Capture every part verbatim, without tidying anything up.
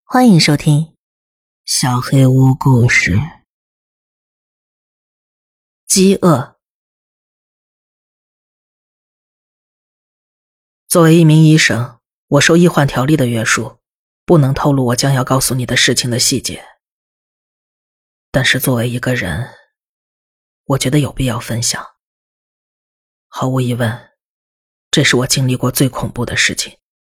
欢迎收听小黑屋故事。饥饿。作为一名医生，我受医患条例的约束，不能透露我将要告诉你的事情的细节。但是作为一个人，我觉得有必要分享。毫无疑问，这是我经历过最恐怖的事情。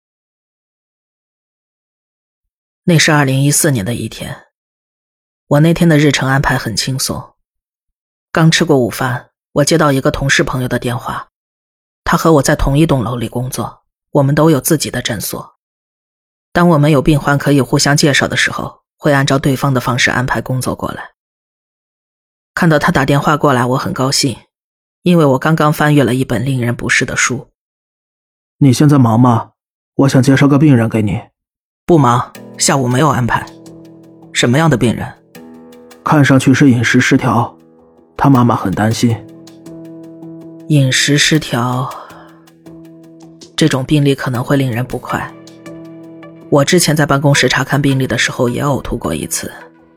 那是二零一四年的一天，我那天的日程安排很轻松。刚吃过午饭，我接到一个同事朋友的电话，他和我在同一栋楼里工作，我们都有自己的诊所。当我们有病患可以互相介绍的时候，会按照对方的方式安排工作过来。看到他打电话过来，我很高兴，因为我刚刚翻阅了一本令人不适的书。 你现在忙吗？我想介绍个病人给你。 不忙，下午没有安排。什么样的病人？ 看上去是饮食失调，他妈妈很担心。 饮食失调，这种病例可能会令人不快。我之前在办公室查看病历的时候也呕吐过一次。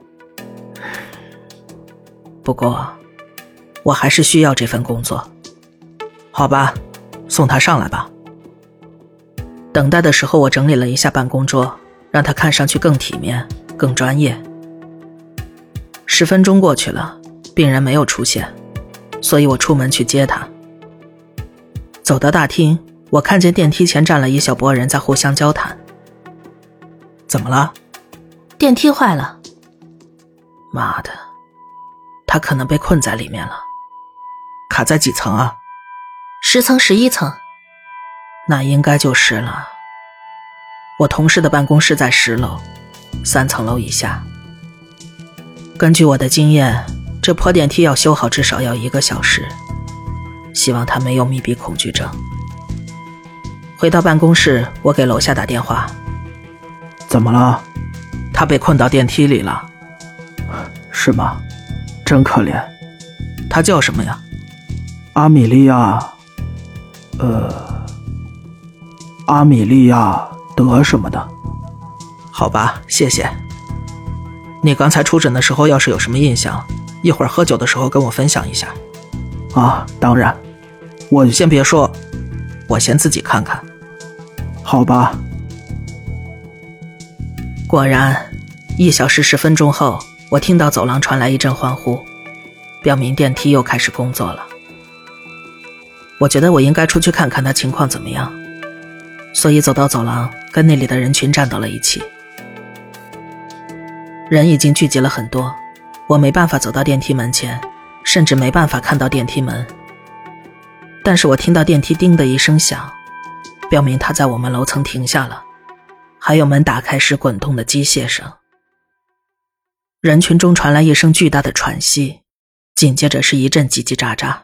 不过，我还是需要这份工作。好吧，送他上来吧。等待的时候，我整理了一下办公桌，让他看上去更体面、更专业。十分钟过去了，病人没有出现，所以我出门去接他。走到大厅，我看见电梯前站了一小拨人在互相交谈。怎么了？电梯坏了。妈的，他可能被困在里面了。卡在几层啊？十层十一层。那应该就是了。我同事的办公室在十楼，三层楼以下。根据我的经验，这破电梯要修好至少要一个小时。希望他没有密闭恐惧症。回到办公室，我给楼下打电话。 怎么了？ 他被困到电梯里了。 是吗？真可怜。 他叫什么呀？ 阿米莉亚，呃，阿米莉亚德什么的。 好吧，谢谢。你刚才出诊的时候要是有什么印象，一会儿喝酒的时候跟我分享一下。 啊，当然。 我先别说，我先自己看看。 好吧。 果然，一小时十分钟后，我听到走廊传来一阵欢呼，表明电梯又开始工作了。我觉得我应该出去看看他情况怎么样，所以走到走廊，跟那里的人群站到了一起。人已经聚集了很多，我没办法走到电梯门前，甚至没办法看到电梯门。但是我听到电梯叮的一声响，表明它在我们楼层停下了，还有门打开时滚动的机械声。人群中传来一声巨大的喘息，紧接着是一阵叽叽喳喳。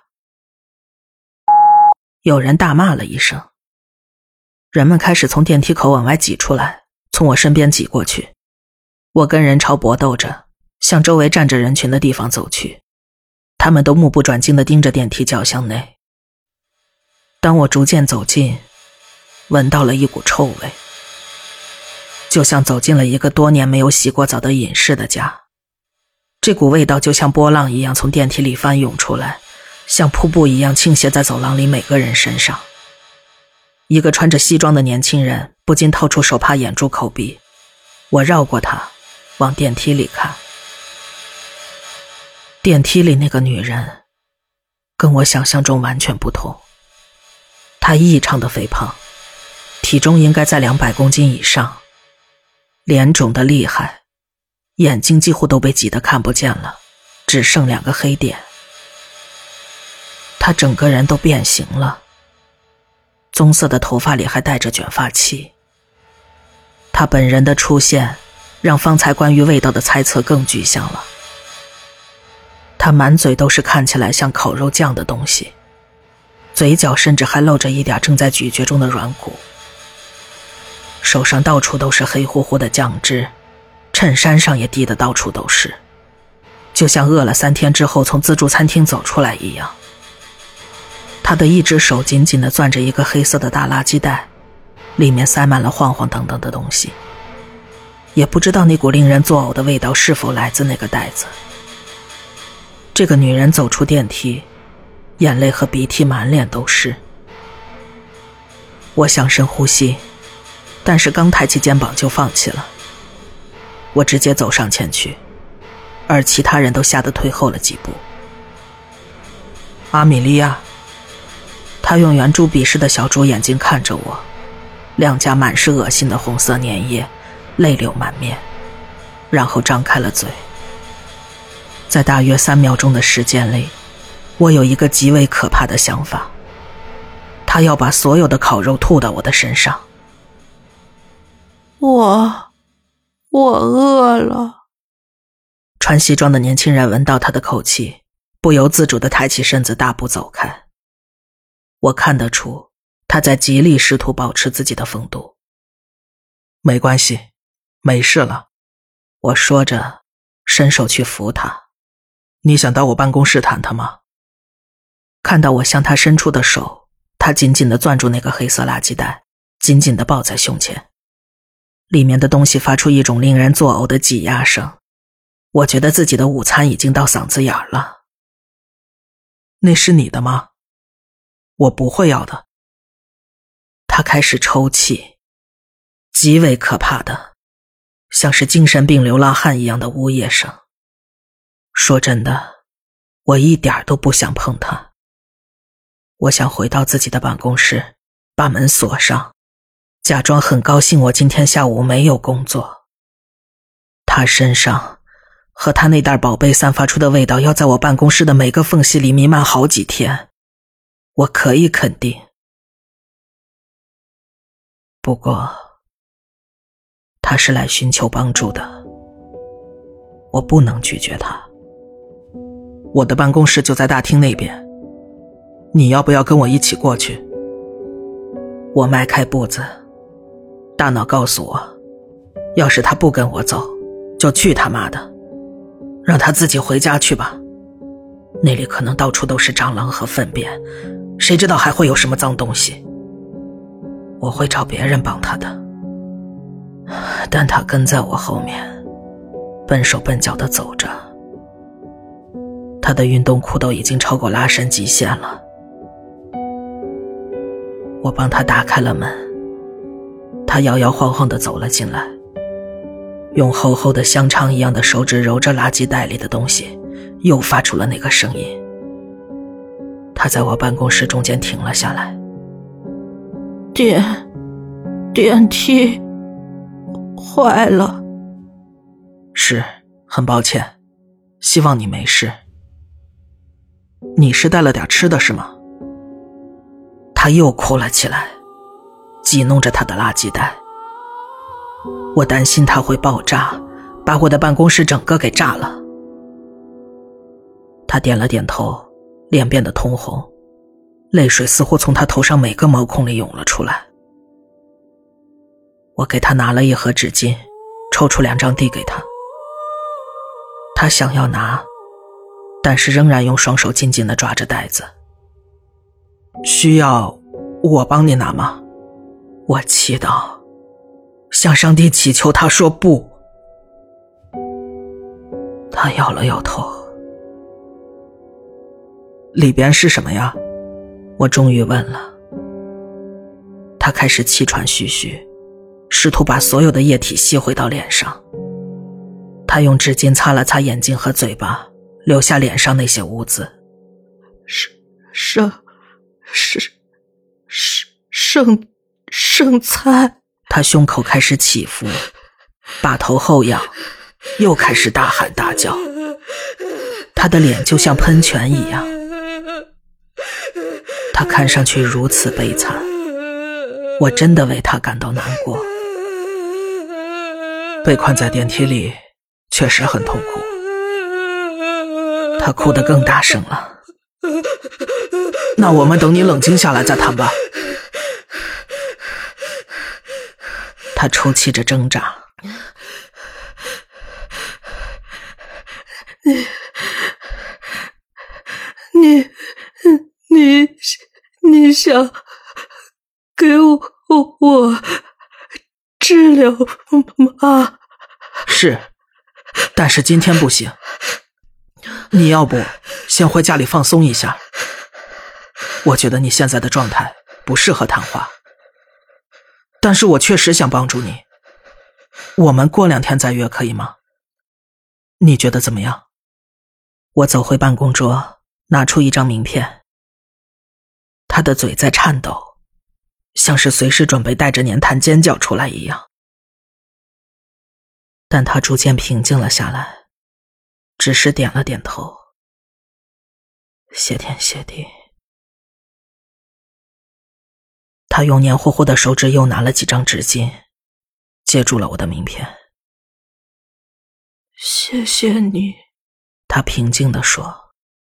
有人大骂了一声，人们开始从电梯口往外挤出来，从我身边挤过去。我跟人潮搏斗着，向周围站着人群的地方走去，他们都目不转睛地盯着电梯轿厢内。当我逐渐走近，闻到了一股臭味，就像走进了一个多年没有洗过澡的隐士的家。这股味道就像波浪一样从电梯里翻涌出来，像瀑布一样倾泻在走廊里每个人身上。一个穿着西装的年轻人不禁掏出手帕掩住口鼻。我绕过他，往电梯里看。电梯里那个女人跟我想象中完全不同。她异常的肥胖，体重应该在两百公斤以上，脸肿得厉害，眼睛几乎都被挤得看不见了，只剩两个黑点。她整个人都变形了，棕色的头发里还带着卷发器。她本人的出现让方才关于味道的猜测更具象了。她满嘴都是看起来像烤肉酱的东西，嘴角甚至还露着一点正在咀嚼中的软骨，手上到处都是黑乎乎的酱汁，衬衫上也滴得到处都是，就像饿了三天之后从自助餐厅走出来一样。他的一只手紧紧地攥着一个黑色的大垃圾袋，里面塞满了晃晃荡荡的东西， 也不知道那股令人作呕的味道是否来自那个袋子。这个女人走出电梯，眼泪和鼻涕满脸都是。我想深呼吸，但是刚抬起肩膀就放弃了。我直接走上前去，而其他人都吓得退后了几步。阿米莉亚，她用圆珠笔似的小猪眼睛看着我，两颊满是恶心的红色粘液，泪流满面，然后张开了嘴。在大约三秒钟的时间里，我有一个极为可怕的想法，他要把所有的烤肉吐到我的身上。 我我饿了。 穿西装的年轻人闻到他的口气，不由自主地抬起身子大步走开。我看得出他在极力试图保持自己的风度。 没关系，没事了。 我说着伸手去扶他。 你想到我办公室谈谈吗？ 看到我向他伸出的手，他紧紧地攥住那个黑色垃圾袋，紧紧地抱在胸前。里面的东西发出一种令人作呕的挤压声，我觉得自己的午餐已经到嗓子眼了。 那是你的吗？我不会要的。 他开始抽泣，极为可怕的，像是精神病流浪汉一样的呜咽声。说真的，我一点都不想碰他。我想回到自己的办公室，把门锁上，假装很高兴我今天下午没有工作。他身上和他那袋宝贝散发出的味道要在我办公室的每个缝隙里弥漫好几天，我可以肯定。不过他是来寻求帮助的，我不能拒绝他。 我的办公室就在大厅那边，你要不要跟我一起过去？ 我迈开步子，大脑告诉我，要是他不跟我走，就去他妈的，让他自己回家去吧。那里可能到处都是蟑螂和粪便，谁知道还会有什么脏东西。我会找别人帮他的。但他跟在我后面，笨手笨脚地走着。他的运动裤都已经超过拉伸极限了。我帮他打开了门，他摇摇晃晃地走了进来，用厚厚的香肠一样的手指揉着垃圾袋里的东西，又发出了那个声音。他在我办公室中间停了下来。 电电梯坏了。 是，很抱歉，希望你没事。你是带了点吃的是吗？ 他又哭了起来，挤弄着他的垃圾袋。我担心他会爆炸，把我的办公室整个给炸了。他点了点头，脸变得通红，泪水似乎从他头上每个毛孔里涌了出来。我给他拿了一盒纸巾，抽出两张递给他。他想要拿，但是仍然用双手紧紧地抓着袋子。 需要我帮你拿吗？ 我祈祷，向上帝祈求他说不。他摇了摇头。 里边是什么呀？ 我终于问了。他开始气喘吁吁，试图把所有的液体吸回到脸上。他用纸巾擦了擦眼睛和嘴巴，留下脸上那些污渍。 剩剩剩剩剩剩菜。 他胸口开始起伏，把头后仰，又开始大喊大叫。他的脸就像喷泉一样。他看上去如此悲惨，我真的为他感到难过。 被困在电梯里确实很痛苦。 他哭得更大声了。 那我们等你冷静下来再谈吧。 他抽泣着挣扎。 你你你你想给我我治疗吗？ 是，但是今天不行。你要不先回家里放松一下，我觉得你现在的状态不适合谈话，但是我确实想帮助你，我们过两天再约可以吗？你觉得怎么样？我走回办公桌，拿出一张名片，他的嘴在颤抖，像是随时准备带着粘痰尖叫出来一样，但他逐渐平静了下来，只是点了点头。谢天谢地。他用黏糊糊的手指又拿了几张纸巾，接住了我的名片。 谢谢你， 他平静地说。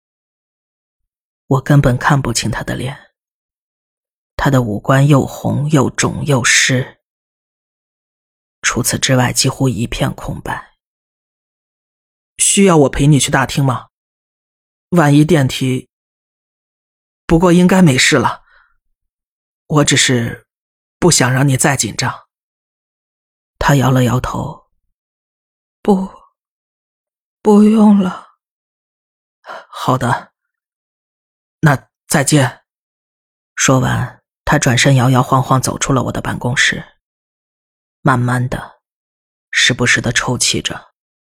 我根本看不清他的脸，他的五官又红又肿又湿，除此之外几乎一片空白。需要我陪你去大厅吗？万一电梯……不过应该没事了，我只是不想让你再紧张。他摇了摇头。 不，不用了。 好的，那再见。说完，他转身摇摇晃晃走出了我的办公室，慢慢的，时不时的抽泣着。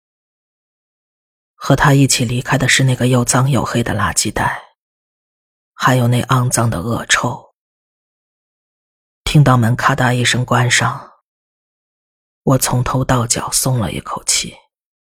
和他一起离开的是那个又脏又黑的垃圾袋，还有那肮脏的恶臭。听到门咔嗒一声关上，我从头到脚松了一口气。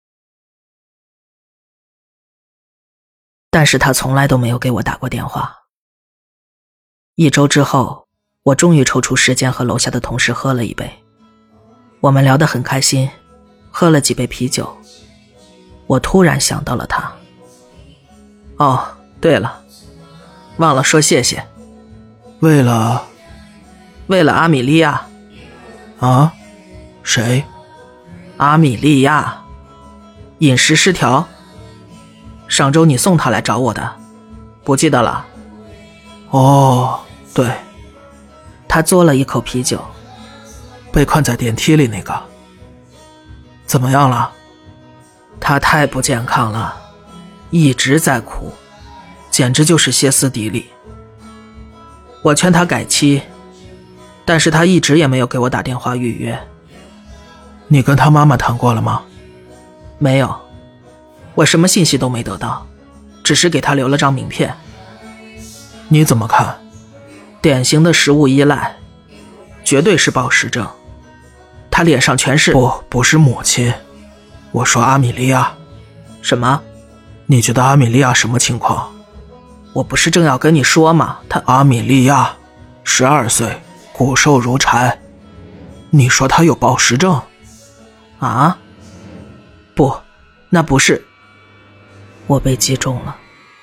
但是他从来都没有给我打过电话。一周之后，我终于抽出时间和楼下的同事喝了一杯，我们聊得很开心，喝了几杯啤酒。我突然想到了他。哦，对了，忘了说谢谢。 为了为了阿米莉亚。 啊？谁？ 阿米莉亚，饮食失调。上周你送她来找我的，不记得了？ 哦，对。 他嘬了一口啤酒。 被困在电梯里那个。怎么样了？ 他太不健康了，一直在哭，简直就是歇斯底里。我劝他改期，但是他一直也没有给我打电话预约。 你跟他妈妈谈过了吗？ 没有，我什么信息都没得到，只是给他留了张名片。 你怎么看？ 典型的食物依赖，绝对是暴食症。他脸上全是…… 不，不是母亲，我说阿米莉亚。 什么？ 你觉得阿米莉亚什么情况？ 我不是正要跟你说吗？她…… 阿米莉亚，十二岁，骨瘦如柴。你说她有暴食症？ 啊？不，那不是。我被击中了。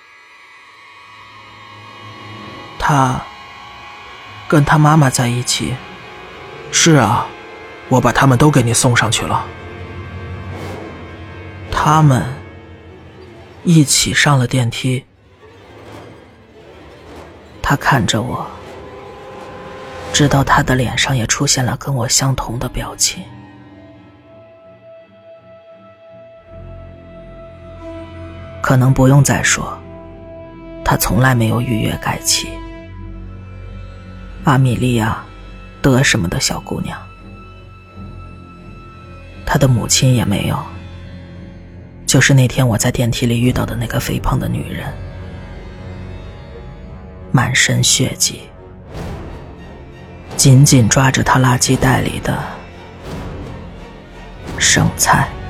他跟他妈妈在一起。 是啊，我把他们都给你送上去了。 他们一起上了电梯。他看着我，直到他的脸上也出现了跟我相同的表情。可能不用再说，他从来没有预约改期。阿米莉亚，得什么的小姑娘，她的母亲也没有，就是那天我在电梯里遇到的那个肥胖的女人，满身血迹，紧紧抓着她垃圾袋里的剩菜。